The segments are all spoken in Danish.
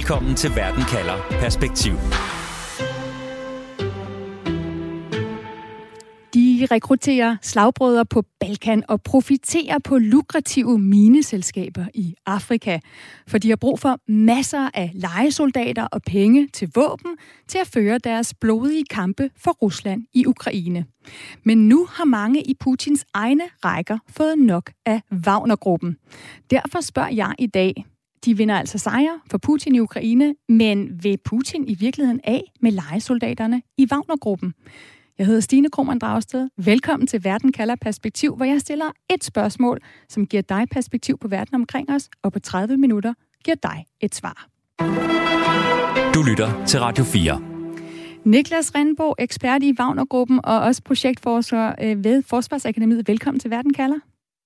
Velkommen til Verden kalder Perspektiv. De rekrutterer slagbrødre på Balkan og profiterer på lukrative mineselskaber i Afrika, for de har brug for masser af lejesoldater og penge til våben til at føre deres blodige kampe for Rusland i Ukraine. Men nu har mange i Putins egne rækker fået nok af Wagner-gruppen. Derfor spørger jeg i dag, de vinder altså sejre for Putin i Ukraine, men vil Putin i virkeligheden af med lejesoldaterne i Wagner-gruppen? Jeg hedder Stine Krohmann Dragsted. Velkommen til Verden kalder Perspektiv, hvor jeg stiller et spørgsmål, som giver dig perspektiv på verden omkring os, og på 30 minutter giver dig et svar. Du lytter til Radio 4. Niklas Rindbo, ekspert i Wagner-gruppen og også projektforsker ved Forsvarsakademiet. Velkommen til Verden kalder.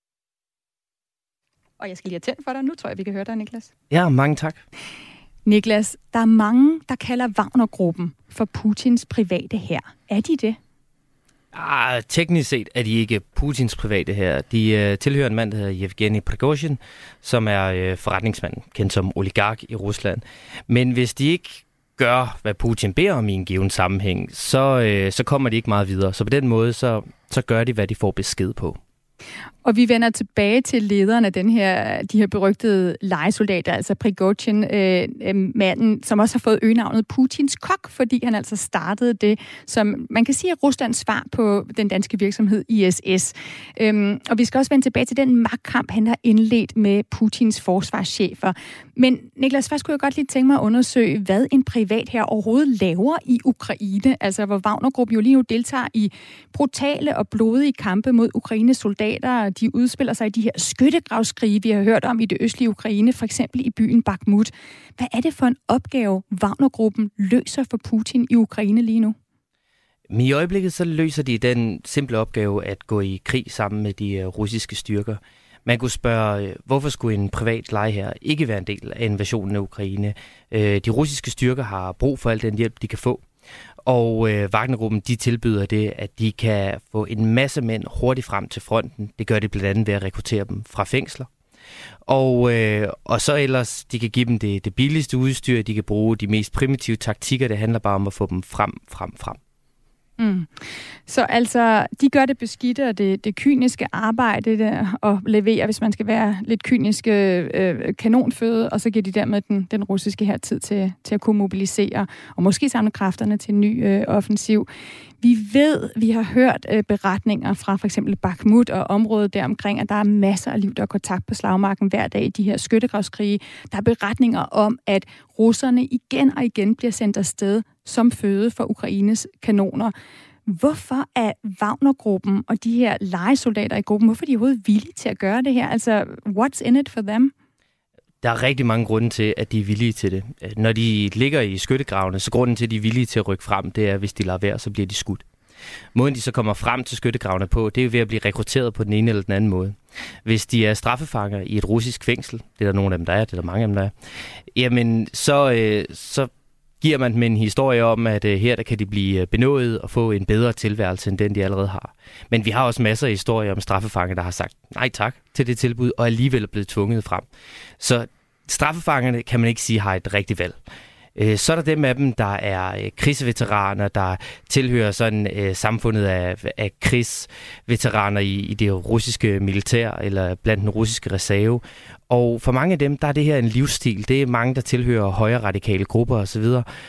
Og jeg skal lige have tændt for dig. Nu tror jeg, vi kan høre dig, Niklas. Ja, mange tak. Niklas, der er mange, der kalder Wagner-gruppen for Putins private hær. Er de det? Teknisk set er de ikke Putins private hær. De tilhører en mand, der hedder Yevgeny Prigozhin, som er forretningsmand, kendt som oligark i Rusland. Men hvis de ikke gør, hvad Putin beder om i en given sammenhæng, så kommer de ikke meget videre. Så på den måde, så gør de, hvad de får besked på. Og vi vender tilbage til lederen af de her berygtede lejesoldater, altså Prigozhin, manden, som også har fået øgenavnet Putins kok, fordi han altså startede det, som man kan sige er Ruslands svar på den danske virksomhed ISS. Og vi skal også vende tilbage til den magtkamp, han har indledt med Putins forsvarschefer. Men Niklas, først kunne jeg godt lige tænke mig at undersøge, hvad en privat her overhovedet laver i Ukraine, altså hvor Wagner-gruppen jo lige nu deltager i brutale og blodige kampe mod Ukraines soldater. De udspiller sig i de her skyttegravskrige, vi har hørt om i det østlige Ukraine, for eksempel i byen Bakhmut. Hvad er det for en opgave, Wagner-gruppen løser for Putin i Ukraine lige nu? Men i øjeblikket så løser de den simple opgave at gå i krig sammen med de russiske styrker. Man kunne spørge, hvorfor skulle en privat lejeherre ikke være en del af invasionen af Ukraine? De russiske styrker har brug for al den hjælp, de kan få. Og Wagner-gruppen, de tilbyder det, at de kan få en masse mænd hurtigt frem til fronten. Det gør de blandt andet ved at rekruttere dem fra fængsler. Og så ellers, de kan give dem det billigste udstyr, de kan bruge de mest primitive taktikker. Det handler bare om at få dem frem. Så altså, de gør det beskidte og det kyniske arbejde der, og leverer, hvis man skal være lidt kyniske, kanonføde, og så giver de dermed den russiske her tid til at kunne mobilisere, og måske samle kræfterne til en ny offensiv. Vi har hørt beretninger fra for eksempel Bakhmut og området deromkring, at der er masser af liv, der går tabt på slagmarken hver dag i de her skyttegravskrige. Der er beretninger om, at russerne igen og igen bliver sendt afsted som føde for Ukraines kanoner. Hvorfor er Wagner-gruppen og de her lejesoldater i gruppen, hvorfor er de overhovedet villige til at gøre det her? Altså, what's in it for them? Der er rigtig mange grunde til, at de er villige til det. Når de ligger i skyttegravene, så grunden til, at de er villige til at rykke frem, det er, at hvis de lader være, så bliver de skudt. Måden de så kommer frem til skyttegravene på, det er ved at blive rekrutteret på den ene eller den anden måde. Hvis de er straffefanger i et russisk fængsel, det er der nogle af dem, der er, det er der mange af dem, der er, jamen så giver man dem en historie om, at her der kan de blive benådet og få en bedre tilværelse, end den de allerede har. Men vi har også masser af historier om straffefanger, der har sagt nej tak til det tilbud, og alligevel er blevet tvunget frem. Så straffefangerne kan man ikke sige har et rigtigt valg. Så er der dem af dem, der er krigsveteraner, der tilhører sådan samfundet af krigsveteraner i det russiske militær eller blandt den russiske reserve. Og for mange af dem, der er det her en livsstil. Det er mange, der tilhører højre radikale grupper osv.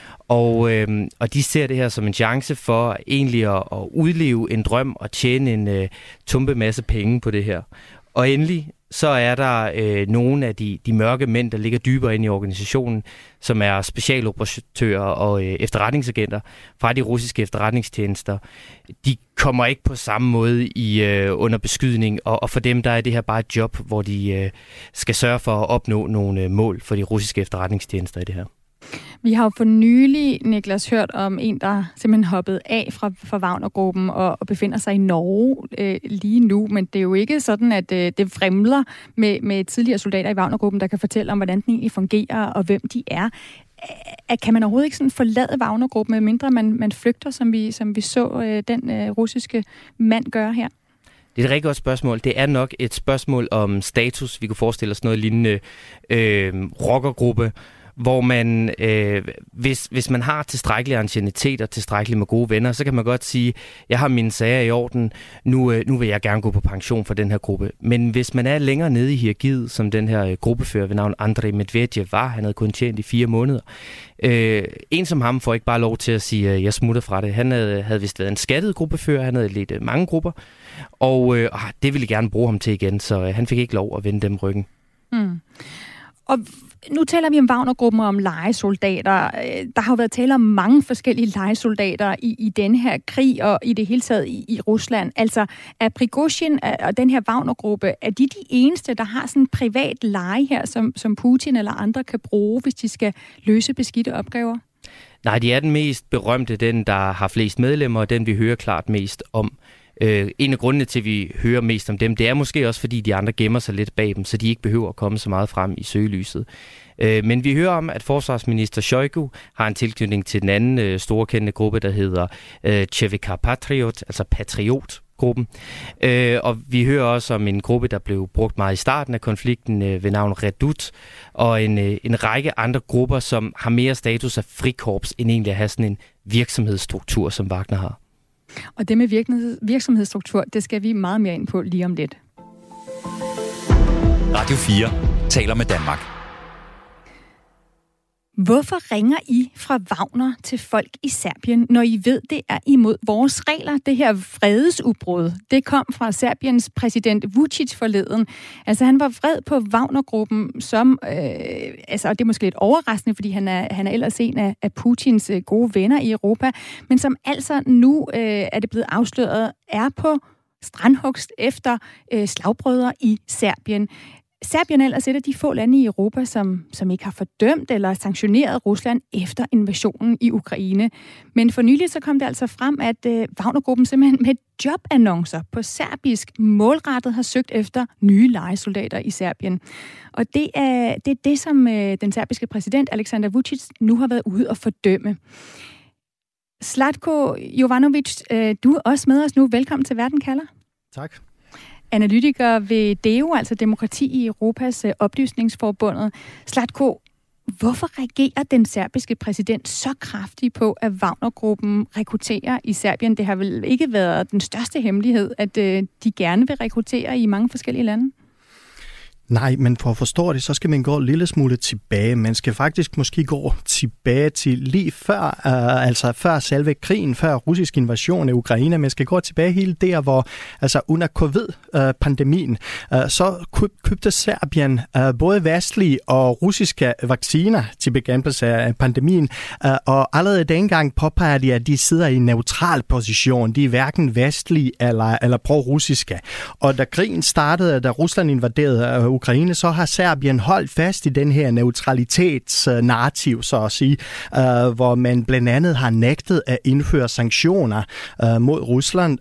Og de ser det her som en chance for egentlig at udleve en drøm og tjene en tumpe masse penge på det her. Og endelig så er der nogle af de mørke mænd, der ligger dybere inde i organisationen, som er specialoperatører og efterretningsagenter fra de russiske efterretningstjenester. De kommer ikke på samme måde under beskydning, og for dem der er det her bare et job, hvor de skal sørge for at opnå nogle mål for de russiske efterretningstjenester i det her. Vi har jo for nylig, Niklas, hørt om en, der simpelthen hoppede af fra Wagner-gruppen og befinder sig i Norge lige nu, men det er jo ikke sådan, at det fremler med tidligere soldater i Wagner-gruppen, der kan fortælle om, hvordan den egentlig fungerer og hvem de er. Kan man overhovedet ikke sådan forlade Wagner-gruppen, medmindre man flygter, som vi så den russiske mand gøre her? Det er et rigtig godt spørgsmål. Det er nok et spørgsmål om status. Vi kunne forestille os noget lignende rockergruppe, hvor man, hvis man har tilstrækkelig anciennitet og tilstrækkeligt med gode venner, så kan man godt sige, jeg har mine sager i orden, nu vil jeg gerne gå på pension for den her gruppe. Men hvis man er længere nede i hierarkiet, som den her gruppefører ved navn Andrei Medvedev var, han havde kun tjent i 4 måneder, en som ham får ikke bare lov til at sige, jeg smutter fra det. Han havde vist været en skattet gruppefører, han havde ledt mange grupper, og det ville gerne bruge ham til igen, så han fik ikke lov at vende dem ryggen. Mm. Og nu taler vi om Wagner-gruppen og om lejesoldater. Der har jo været tale om mange forskellige lejesoldater i denne her krig og i det hele taget i Rusland. Altså, er Prigozhin og den her Wagner-gruppe, er de eneste, der har sådan en privat leje her, som Putin eller andre kan bruge, hvis de skal løse beskidte opgaver? Nej, de er den mest berømte, den der har flest medlemmer, og den vi hører klart mest om. En af grundene til, at vi hører mest om dem, det er måske også, fordi de andre gemmer sig lidt bag dem, så de ikke behøver at komme så meget frem i søgelyset. Men vi hører om, at forsvarsminister Shoigu har en tilknytning til den anden storkendte gruppe, der hedder Chevika Patriot, altså Patriot-gruppen. Og vi hører også om en gruppe, der blev brugt meget i starten af konflikten ved navn Redut, og en række andre grupper, som har mere status af frikorps, end egentlig at have sådan en virksomhedsstruktur, som Wagner har. Og det med virksomhedsstruktur, det skal vi meget mere ind på lige om lidt. Radio 4 taler med Danmark. Hvorfor ringer I fra Wagner til folk i Serbien, når I ved, det er imod vores regler? Det her vredesudbrud, det kom fra Serbiens præsident Vučić forleden. Altså han var vred på Wagner-gruppen, som, og det er måske lidt overraskende, fordi han er ellers en af Putins gode venner i Europa, men som altså nu er det blevet afsløret, er på strandhugst efter slagbrødre i Serbien. Serbien er ellers et af de få lande i Europa, som ikke har fordømt eller sanktioneret Rusland efter invasionen i Ukraine. Men for nylig så kom det altså frem, at Wagner-gruppen simpelthen med jobannoncer på serbisk målrettet har søgt efter nye lejesoldater i Serbien. Og det er det, som den serbiske præsident Aleksandar Vučić nu har været ude og fordømme. Zlatko Jovanović, du er også med os nu. Velkommen til Verden kalder. Tak. Analytiker ved DEO, altså Demokrati i Europas oplysningsforbundet. Zlatko, hvorfor reagerer den serbiske præsident så kraftigt på, at Wagner-gruppen rekrutterer i Serbien? Det har vel ikke været den største hemmelighed, at de gerne vil rekruttere i mange forskellige lande? Nej, men for at forstå det, så skal man gå en lille smule tilbage. Man skal faktisk måske gå tilbage til lige før, altså før selve krigen, før russisk invasion af Ukraine. Man skal gå tilbage helt der, hvor altså under covid-pandemien, så købte Serbien både vestlige og russiske vacciner til bekæmpelse af pandemien. Og allerede dengang påpeger de, at de sidder i en neutral position. De er hverken vestlige eller pro-russiske. Og da krigen startede, da Rusland invaderede Ukraine, så har Serbien holdt fast i den her neutralitetsnarrativ, så at sige, hvor man blandt andet har nægtet at indføre sanktioner mod Rusland,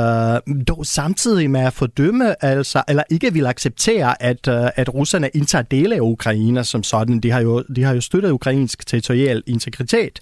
dog samtidig med at fordømme, altså, eller ikke vil acceptere, at russerne indtager dele af Ukraine som sådan. De har jo støttet ukrainsk territorial integritet,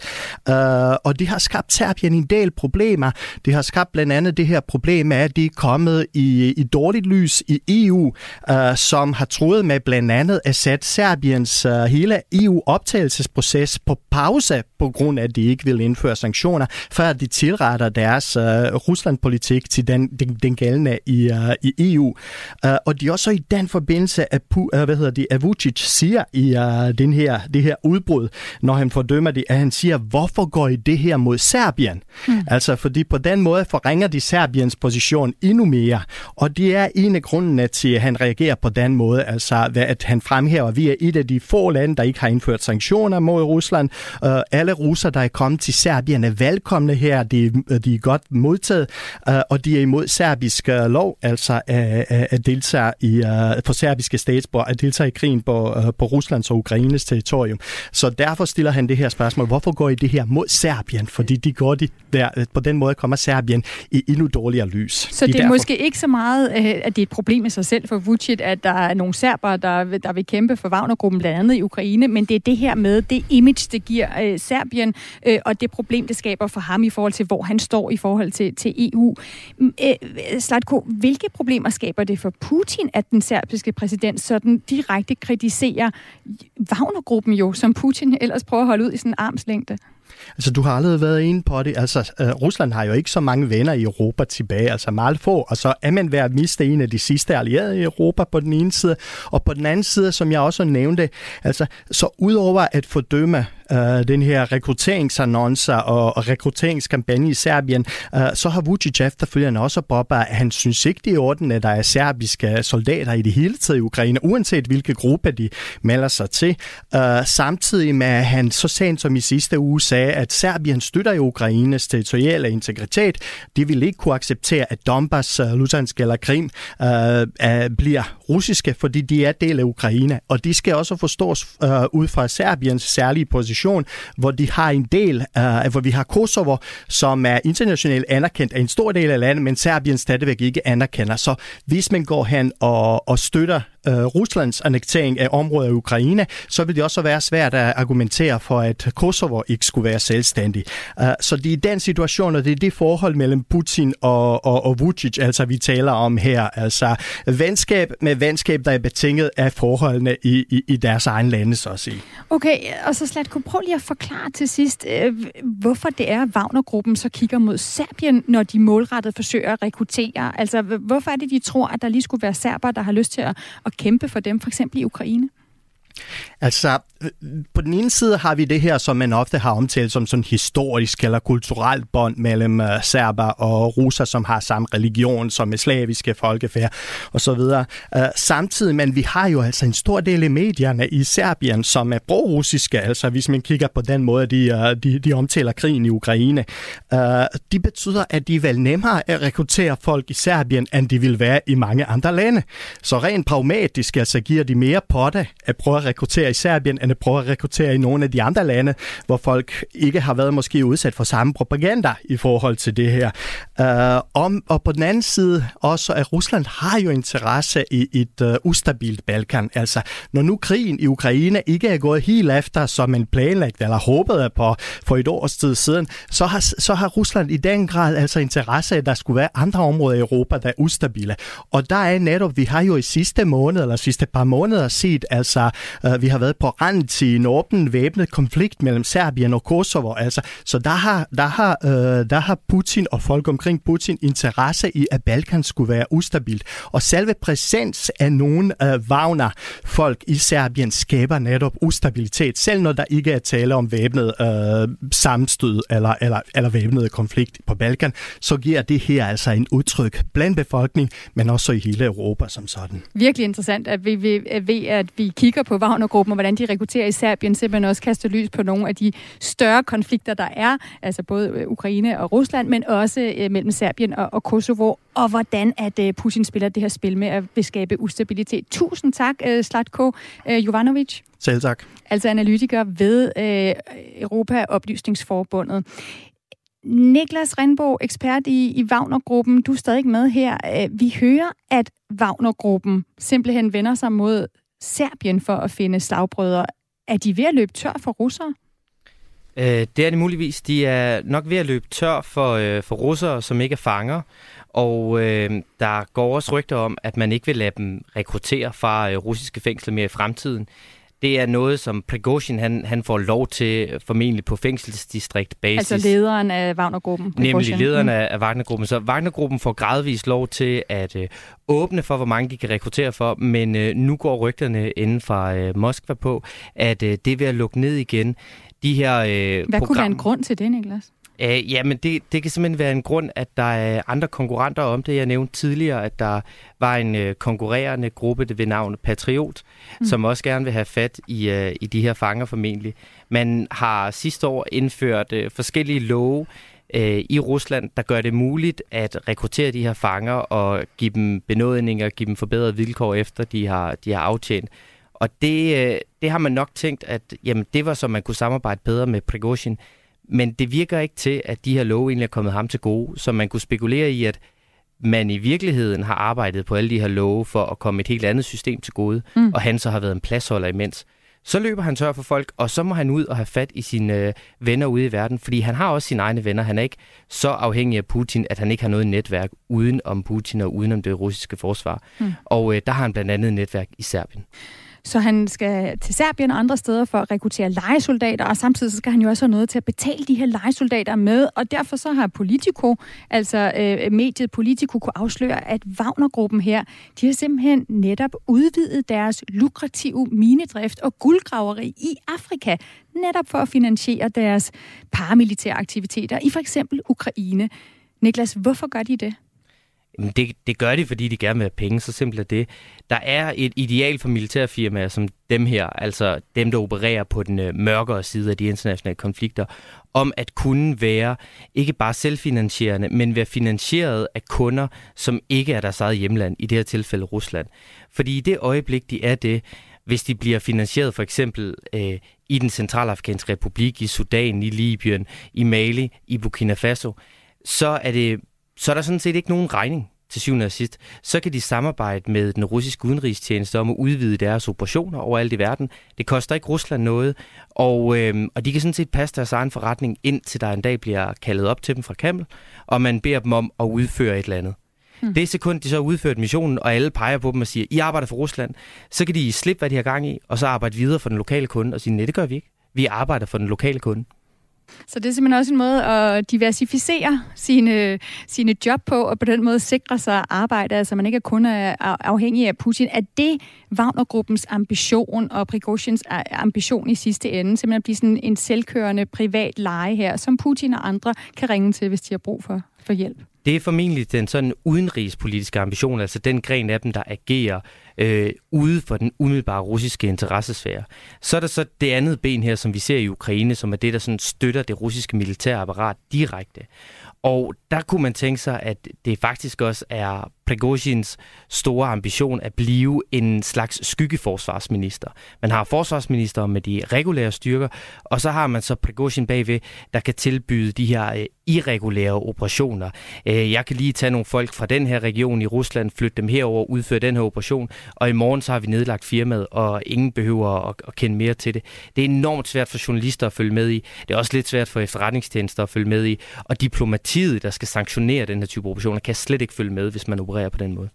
og det har skabt Serbien en del problemer. Det har skabt blandt andet det her problem med, at de er kommet i dårligt lys i EU, som har troet med blandt andet at sætte Serbiens hele EU-optagelsesproces på pause, på grund af, at de ikke vil indføre sanktioner, før de tilretter deres Rusland-politik til den gældende i EU. Og de også i den forbindelse, at Vučić siger i det her udbrud, når han fordømmer det, at han siger, hvorfor går I det her mod Serbien? Altså, fordi på den måde forringer de Serbiens position endnu mere, og det er en af grundene til, at han reagerer på den måde, altså at han fremhæver, at vi er et af de få lande, der ikke har indført sanktioner mod Rusland. Alle russer, der er kommet til Serbien, er velkomne her. De er godt modtaget, og de er imod serbisk lov, altså at deltage på serbiske statsborger, at deltage i krigen på Ruslands og Ukraines territorium. Så derfor stiller han det her spørgsmål, hvorfor går I det her mod Serbien? Fordi på den måde kommer Serbien i endnu dårligere lys. Så det er måske ikke så meget, at det er et problem i sig selv for Vučić, at der er nogle serbere, der vil kæmpe for Wagnergruppen, blandt andet i Ukraine, men det er det her med det image, det giver Serbien, og det problem, det skaber for ham i forhold til, hvor han står i forhold til EU. Slatko, hvilke problemer skaber det for Putin, at den serbiske præsident sådan direkte kritiserer Wagnergruppen jo, som Putin ellers prøver at holde ud i sådan en armslængde? Altså, du har aldrig været inde på det. Altså, Rusland har jo ikke så mange venner i Europa tilbage, altså meget få, og så er man ved at miste en af de sidste allierede i Europa på den ene side, og på den anden side, som jeg også nævnte, altså, så udover at fordømme den her rekrutteringsannoncer og rekrutteringskampagne i Serbien, så har Vučić efterfølgende også påpeget, at han synes ikke, det er i orden, at der er serbiske soldater i det hele taget i Ukraine, uanset hvilke gruppe de melder sig til. Samtidig med, at han så sent som i sidste uge sagde, at Serbien støtter i Ukraines territoriale integritet. De vil ikke kunne acceptere, at Donbass, Luhansk eller Krim bliver russiske, fordi de er del af Ukraine. Og de skal også forstås ud fra Serbiens særlige position, hvor de har en del, hvor vi har Kosovo, som er internationalt anerkendt af en stor del af landet, men Serbien stadigvæk ikke anerkender. Så hvis man går hen og støtter Ruslands annektering af områder i Ukraine, så vil det også være svært at argumentere for, at Kosovo ikke skulle være selvstændig. Så det er den situation, og det er det forhold mellem Putin og Vučić, altså vi taler om her. Altså venskab med venskab, der er betinget af forholdene i deres egen lande, så at sige. Okay, og så Slatko, prøv lige at forklare til sidst, hvorfor det er, at Wagnergruppen så kigger mod Serbien, når de målrettet forsøger at rekruttere. Altså, hvorfor er det, de tror, at der lige skulle være serbere, der har lyst til at kæmpe for dem, for eksempel i Ukraine? Altså, på den ene side har vi det her, som man ofte har omtalt som sådan historisk eller kulturelt bånd mellem serber og russer, som har samme religion som slaviske folkefærd og så videre. Samtidig, men vi har jo altså en stor del af medierne i Serbien, som er pro-russiske, altså hvis man kigger på den måde, de omtaler krigen i Ukraine. De betyder, at de er vel nemmere at rekruttere folk i Serbien, end de vil være i mange andre lande. Så rent pragmatisk, altså giver de mere på det at prøve at rekruttere i Serbien, end at prøve at rekruttere i nogle af de andre lande, hvor folk ikke har været måske udsat for samme propaganda i forhold til det her. Og på den anden side også, at Rusland har jo interesse i et ustabilt Balkan. Altså, når nu krigen i Ukraine ikke er gået helt efter, som man planlagde eller håbede på for et års tid siden, så har Rusland i den grad altså interesse, at der skulle være andre områder i Europa, der er ustabile. Og der er netop, vi har jo i sidste par måneder set, altså vi har været på randen til en åben væbnet konflikt mellem Serbien og Kosovo. Altså, så der har Putin og folk omkring Putin interesse i, at Balkan skulle være ustabilt. Og selve præsens af nogle Wagner-folk i Serbien skaber netop ustabilitet, selv når der ikke er tale om væbnet sammenstød eller væbnet konflikt på Balkan, så giver det her altså en udtryk blandt befolkningen, men også i hele Europa som sådan. Virkelig interessant, at vi kigger på Wagnergruppen og hvordan de rekrutterer i Serbien, simpelthen også kaster lys på nogle af de større konflikter, der er, altså både Ukraine og Rusland, men også mellem Serbien og Kosovo, og hvordan at Putin spiller det her spil med at beskabe ustabilitet. Tusind tak, Slatko Jovanović. Selv tak. Altså analytiker ved Europa-oplysningsforbundet. Niklas Rindbo, ekspert i Wagnergruppen, du er stadig med her. Vi hører, at Wagnergruppen simpelthen vender sig mod Serbien for at finde slagbrødre. Er de ved at løbe tør for russere? Det er de muligvis. De er nok ved at løbe tør for russere, som ikke er fanger. Og der går også rygter om, at man ikke vil lade dem rekruttere fra russiske fængsler mere i fremtiden. Det er noget, som Prigozhin han får lov til formentlig på fængselsdistriktbasis. Altså lederen af Wagnergruppen. Nemlig lederen af Wagnergruppen. Så Wagnergruppen får gradvist lov til at åbne for, hvor mange de kan rekruttere for, men nu går rygterne inden fra Moskva på, at det vil lukke ned igen. De her Hvad kunne være en grund til det, Niklas? Jamen, det kan simpelthen være en grund, at der er andre konkurrenter om det. Jeg nævnte tidligere, at der var en konkurrerende gruppe ved navn Patriot, som også gerne vil have fat i de her fanger formentlig. Man har sidste år indført forskellige love i Rusland, der gør det muligt at rekruttere de her fanger og give dem benådninger, give dem forbedrede vilkår efter de har aftjent. Og det har man nok tænkt, at jamen, det var så, man kunne samarbejde bedre med Prigozhin. Men det virker ikke til, at de her love egentlig er kommet ham til gode, så man kunne spekulere i, at man i virkeligheden har arbejdet på alle de her love for at komme et helt andet system til gode, og han så har været en pladsholder imens. Så løber han tør for folk, og så må han ud og have fat i sine venner ude i verden, fordi han har også sine egne venner. Han er ikke så afhængig af Putin, at han ikke har noget netværk uden om Putin og uden om det russiske forsvar. Og der har han blandt andet et netværk i Serbien. Så han skal til Serbien og andre steder for at rekruttere lejesoldater, og samtidig så skal han jo også have noget til at betale de her lejesoldater med, og derfor så har Politico, altså mediet Politico, kunne afsløre, at Wagner-gruppen her, de har simpelthen netop udvidet deres lukrative minedrift og guldgraveri i Afrika, netop for at finansiere deres paramilitære aktiviteter i for eksempel Ukraine. Niklas, hvorfor gør de det? Det gør de, fordi de gerne vil have penge, så simpelt er det. Der er et ideal for militærfirmaer som dem her, altså dem, der opererer på den mørkere side af de internationale konflikter, om at kunne være ikke bare selvfinansierende, men være finansieret af kunder, som ikke er deres eget hjemland, i det her tilfælde Rusland. Fordi i det øjeblik, de er det, hvis de bliver finansieret for eksempel i den Centralafrikanske Republik, i Sudan, i Libyen, i Mali, i Burkina Faso, så er der sådan set ikke nogen regning til syvende og sidst. Så kan de samarbejde med den russiske udenrigstjeneste om at udvide deres operationer overalt i verden. Det koster ikke Rusland noget, og de kan sådan set passe deres egen forretning, indtil der en dag bliver kaldet op til dem fra Kreml, og man beder dem om at udføre et eller andet. Det sekund, de så har udført missionen, og alle peger på dem og siger, I arbejder for Rusland, så kan de slippe, hvad de har gang i, og så arbejde videre for den lokale kunde og sige, nej, det gør vi ikke. Vi arbejder for den lokale kunde. Så det er simpelthen også en måde at diversificere sine job på, og på den måde sikre sig arbejde, altså man ikke kun er afhængig af Putin. Er det Wagner-gruppens ambition og Prigozhins ambition i sidste ende, simpelthen at blive sådan en selvkørende privat leje her, som Putin og andre kan ringe til, hvis de har brug for hjælp? Det er formentlig den sådan udenrigspolitiske ambition, altså den gren af dem, der agerer ude for den umiddelbare russiske interessesfære. Så er der så det andet ben her, som vi ser i Ukraine, som er det, der sådan støtter det russiske militære apparat direkte. Og der kunne man tænke sig, at det faktisk også er Prigozhins store ambition at blive en slags skyggeforsvarsminister. Man har forsvarsminister med de regulære styrker, og så har man så Prigozhin bagved, der kan tilbyde de her irregulære operationer. Jeg kan lige tage nogle folk fra den her region i Rusland, flytte dem herover, udføre den her operation, og i morgen så har vi nedlagt firmaet, og ingen behøver at kende mere til det. Det er enormt svært for journalister at følge med i. Det er også lidt svært for efterretningstjenester at følge med i, og diplomatiet, der skal sanktionere den her type operationer, kan slet ikke følge med, hvis man opererer på den måde.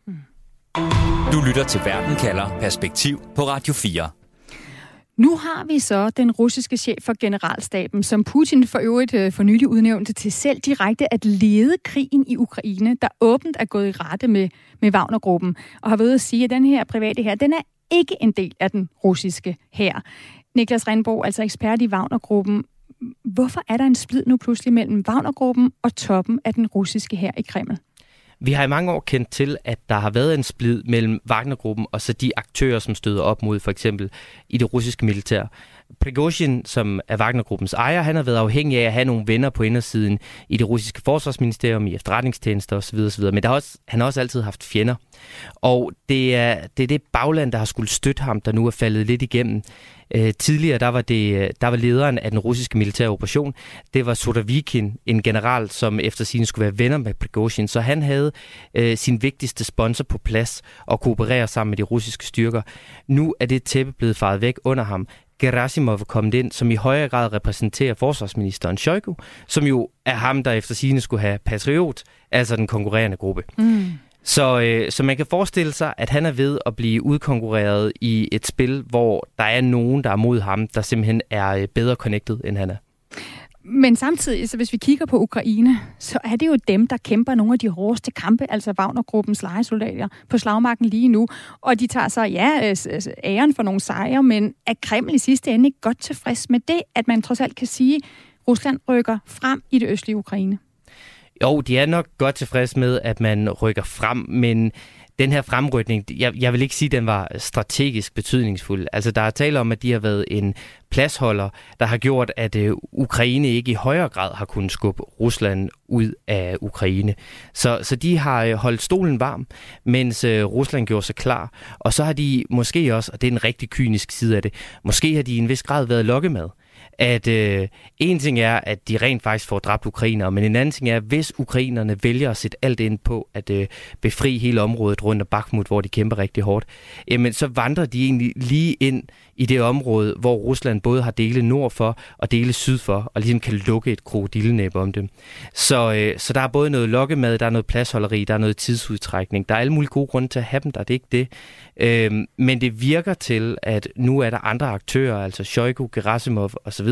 Du lytter til Verden kalder Perspektiv på Radio 4. Nu har vi så den russiske chef for generalstaben, som Putin for øvrigt for nylig udnævnte til selv direkte at lede krigen i Ukraine, der åbent er gået i rette med Wagner-gruppen, og har været at sige, at den her private hær, den er ikke en del af den russiske hær. Niklas Rindbo, altså ekspert i Wagner-gruppen. Hvorfor er der en splid nu pludselig mellem Wagner-gruppen og toppen af den russiske hær i Kreml? Vi har i mange år kendt til, at der har været en splid mellem Wagner-gruppen og så de aktører, som støder op mod for eksempel i det russiske militær. Prigozhin, som er Wagner-gruppens ejer, han har været afhængig af at have nogle venner på indersiden i det russiske forsvarsministerium, i efterretningstjenester osv. Men han har også altid haft fjender. Og det er det bagland, der har skulle støtte ham, der nu er faldet lidt igennem. Tidligere der var lederen af den russiske militære operation. Det var Surovikin, en general, som efter sigende skulle være venner med Prigozhin. Så han havde sin vigtigste sponsor på plads og kooperere sammen med de russiske styrker. Nu er det tæppe blevet faret væk under ham. Gerasimov er kommet ind, som i højere grad repræsenterer forsvarsministeren Shoigu, som jo er ham, der efter sigende skulle have Patriot, altså den konkurrerende gruppe. Så man kan forestille sig, at han er ved at blive udkonkurreret i et spil, hvor der er nogen, der er mod ham, der simpelthen er bedre connected, end han er. Men samtidig, så hvis vi kigger på Ukraine, så er det jo dem, der kæmper nogle af de hårdeste kampe, altså Wagner-gruppens lejesoldater på slagmarken lige nu. Og de tager så, æren for nogle sejre, men er Kreml i sidste ende ikke godt tilfreds med det, at man trods alt kan sige, at Rusland rykker frem i det østlige Ukraine? Jo, de er nok godt tilfreds med, at man rykker frem, men den her fremrykning, jeg vil ikke sige, at den var strategisk betydningsfuld. Altså, der er tale om, at de har været en pladsholder, der har gjort, at Ukraine ikke i højere grad har kunnet skubbe Rusland ud af Ukraine. Så de har holdt stolen varm, mens Rusland gjorde sig klar. Og så har de måske også, og det er en rigtig kynisk side af det, måske har de i en vis grad været lokkemad. At en ting er, at de rent faktisk får dræbt ukrainere, men en anden ting er, hvis ukrainerne vælger at sætte alt ind på at befri hele området rundt om Bakhmut, hvor de kæmper rigtig hårdt, jamen så vandrer de egentlig lige ind i det område, hvor Rusland både har dele nord for og dele syd for, og ligesom kan lukke et krokodillenæb om dem. Så der er både noget lokkemad, der er noget pladsholderi, der er noget tidsudtrækning. Der er alle mulige gode grunde til at have dem, der er det ikke det. Men det virker til, at nu er der andre aktører, altså Shoigu, Gerasimov osv.,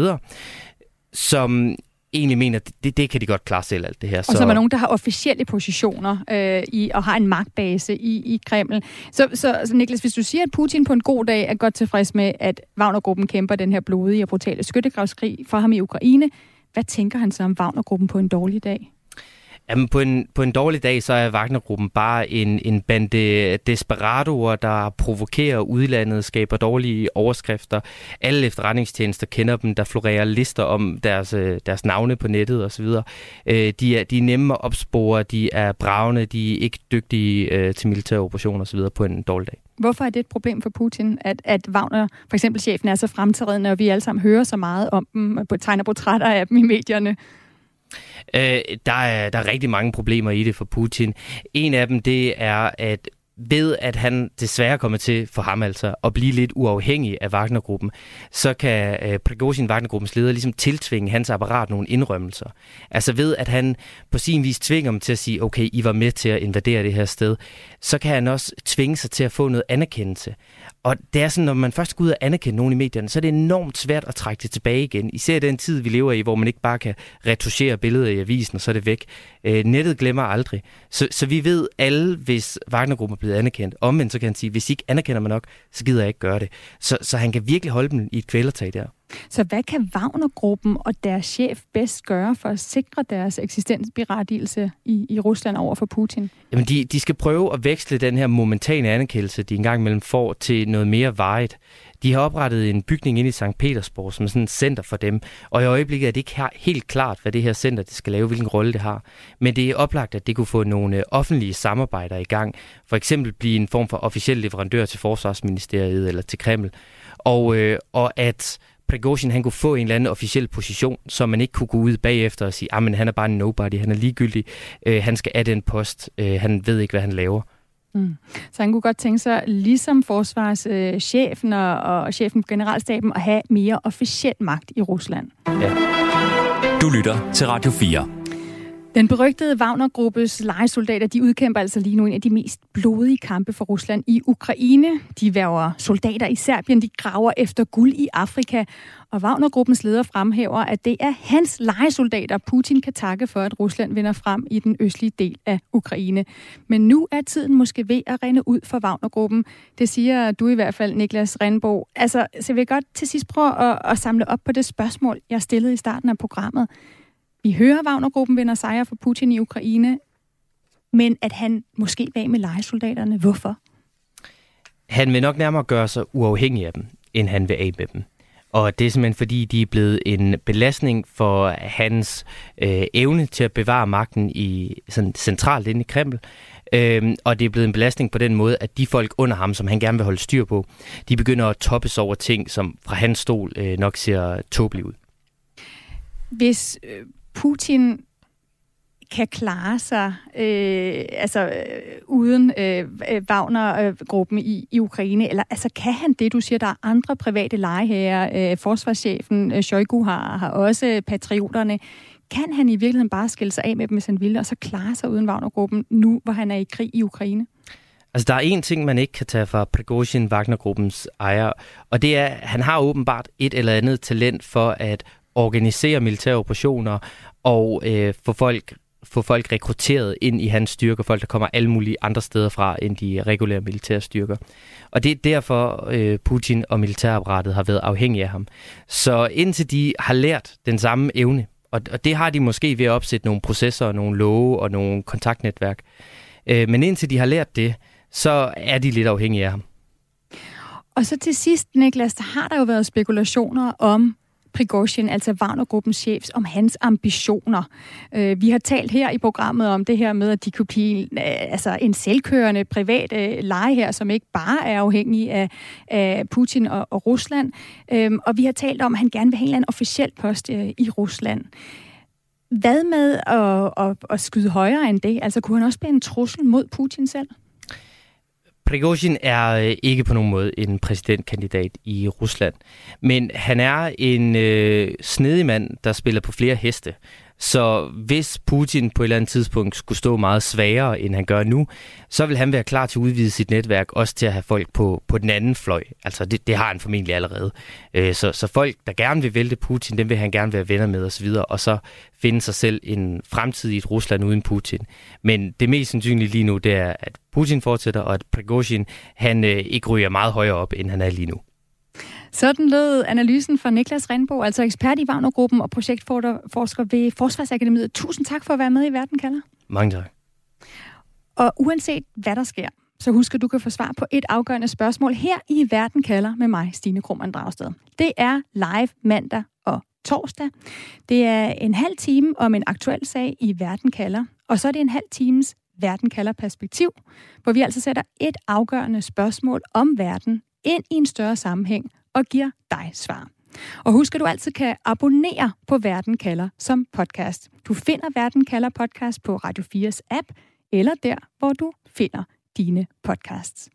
som egentlig mener, at det kan de godt klare selv, alt det her. Og så er nogen, der har officielle positioner og har en magtbase i Kreml. Så Niklas, hvis du siger, at Putin på en god dag er godt tilfreds med, at Wagnergruppen kæmper den her blodige og brutale skyttegravskrig for ham i Ukraine, hvad tænker han så om Wagnergruppen på en dårlig dag? Jamen, på en dårlig dag, så er Wagnergruppen bare en bande desperadoer, der provokerer udlandet, skaber dårlige overskrifter. Alle efterretningstjenester kender dem, der florerer lister om deres navne på nettet osv. De er nemme at opspore, de er bravende, de er ikke dygtige til militære operationer osv. på en dårlig dag. Hvorfor er det et problem for Putin, at Wagner, for eksempel chefen, er så fremtrædende, og vi alle sammen hører så meget om dem, tegner portrætter af dem i medierne? Der er rigtig mange problemer i det for Putin. En af dem, det er, at ved at han desværre kommer til for ham altså at blive lidt uafhængig af Wagnergruppen, så kan Prigozhin, Wagnergruppens leder, ligesom tiltvinge hans apparat nogle indrømmelser. Altså ved at han på sin vis tvinger dem til at sige, okay, I var med til at invadere det her sted, så kan han også tvinge sig til at få noget anerkendelse. Og det er sådan, når man først går ud og anerkender nogen i medierne, så er det enormt svært at trække det tilbage igen. Især den tid, vi lever i, hvor man ikke bare kan retuschere billeder i avisen, og så er det væk. Nettet glemmer aldrig. Så vi ved alle, hvis Wagnergruppen er blevet anerkendt. Omvendt så kan han sige, hvis I ikke anerkender mig nok, så gider jeg ikke gøre det. Så han kan virkelig holde dem i et kvælertag der. Så hvad kan Wagnergruppen og deres chef bedst gøre for at sikre deres eksistensberettigelse i Rusland over for Putin? Jamen, de skal prøve at veksle den her momentane anerkendelse, de engang imellem får, til noget mere varigt. De har oprettet en bygning inde i Sankt Petersborg, som er sådan et center for dem. Og i øjeblikket er det ikke helt klart, hvad det her center det skal lave, hvilken rolle det har. Men det er oplagt, at det kunne få nogle offentlige samarbejder i gang. For eksempel blive en form for officiel leverandør til Forsvarsministeriet eller til Kreml. Og at Prigozhin, han kunne få en eller anden officiel position, så man ikke kunne gå ud bagefter og sige, men han er bare en nobody, han er ligegyldig, han skal af den post, han ved ikke, hvad han laver. Så han kunne godt tænke sig, ligesom forsvarschefen og chefen for generalstaben, at have mere officiel magt i Rusland. Ja. Du lytter til Radio 4. Den berygtede Wagner-gruppes lejesoldater, de udkæmper altså lige nu en af de mest blodige kampe for Rusland i Ukraine. De værger soldater i Serbien, de graver efter guld i Afrika. Og Wagner-gruppens leder fremhæver, at det er hans lejesoldater, Putin kan takke for, at Rusland vinder frem i den østlige del af Ukraine. Men nu er tiden måske ved at rinde ud for Wagner-gruppen. Det siger du i hvert fald, Niklas Rindbo. Altså, så vil jeg godt til sidst prøve at samle op på det spørgsmål, jeg stillede i starten af programmet. Vi hører, at Wagner-gruppen vinder sejre for Putin i Ukraine, men at han måske vil af med lejesoldaterne. Hvorfor? Han vil nok nærmere gøre sig uafhængig af dem, end han vil af med dem. Og det er simpelthen fordi, de er blevet en belastning for hans evne til at bevare magten i sådan centralt inde i Kreml. Og det er blevet en belastning på den måde, at de folk under ham, som han gerne vil holde styr på, de begynder at toppes over ting, som fra hans stol nok ser tåbeligt ud. Hvis Putin kan klare sig uden Wagner-gruppen i Ukraine, eller altså kan han det? Du siger, der er andre private lejeherrer, forsvarschefen Shoigu har også patrioterne. Kan han i virkeligheden bare skille sig af med dem, hvis han vil, og så klare sig uden Wagner-gruppen, nu hvor han er i krig i Ukraine? Altså, der er en ting, man ikke kan tage fra Prigozhin, Wagner-gruppens ejer, og det er, at han har åbenbart et eller andet talent for at organisere militære operationer og få folk rekrutteret ind i hans styrker, folk der kommer alle mulige andre steder fra end de regulære militære styrker. Og det er derfor Putin og militærapparatet har været afhængige af ham. Så indtil de har lært den samme evne, og det har de måske ved at opsætte nogle processer, nogle love og nogle kontaktnetværk, men indtil de har lært det, så er de lidt afhængige af ham. Og så til sidst, Niklas, der har der jo været spekulationer om Prigozhin, altså Wagner-gruppens chef, om hans ambitioner. Vi har talt her i programmet om det her med, at de kunne blive en selvkørende privat leje her, som ikke bare er afhængig af Putin og Rusland. Og vi har talt om, at han gerne vil have en eller anden officiel post i Rusland. Hvad med at skyde højere end det? Altså, kunne han også blive en trussel mod Putin selv? Prigozhin er ikke på nogen måde en præsidentkandidat i Rusland, men han er en snedig mand, der spiller på flere heste. Så hvis Putin på et eller andet tidspunkt skulle stå meget svagere, end han gør nu, så vil han være klar til at udvide sit netværk, også til at have folk på den anden fløj. Altså det har han formentlig allerede. Så folk, der gerne vil vælte Putin, dem vil han gerne være venner med osv., og så finde sig selv en fremtid i et Rusland uden Putin. Men det mest sandsynlige lige nu, det er, at Putin fortsætter, og at Prigozhin, han ikke ryger meget højere op, end han er lige nu. Sådan lød analysen fra Niklas Rindbo, altså ekspert i Wagner-gruppen og projektforsker ved Forsvarsakademiet. Tusind tak for at være med i Verden kalder. Mange tak. Og uanset hvad der sker, så husk at du kan få svar på et afgørende spørgsmål her i Verden kalder med mig, Stine Krohmann Dragsted. Det er live mandag og torsdag. Det er en halv time om en aktuel sag i Verden kalder, og så er det en halv times Verden kalder perspektiv, hvor vi altså sætter et afgørende spørgsmål om verden ind i en større sammenhæng og giver dig svar. Og husk, at du altid kan abonnere på Verden kalder som podcast. Du finder Verden kalder podcast på Radio 4's app, eller der, hvor du finder dine podcasts.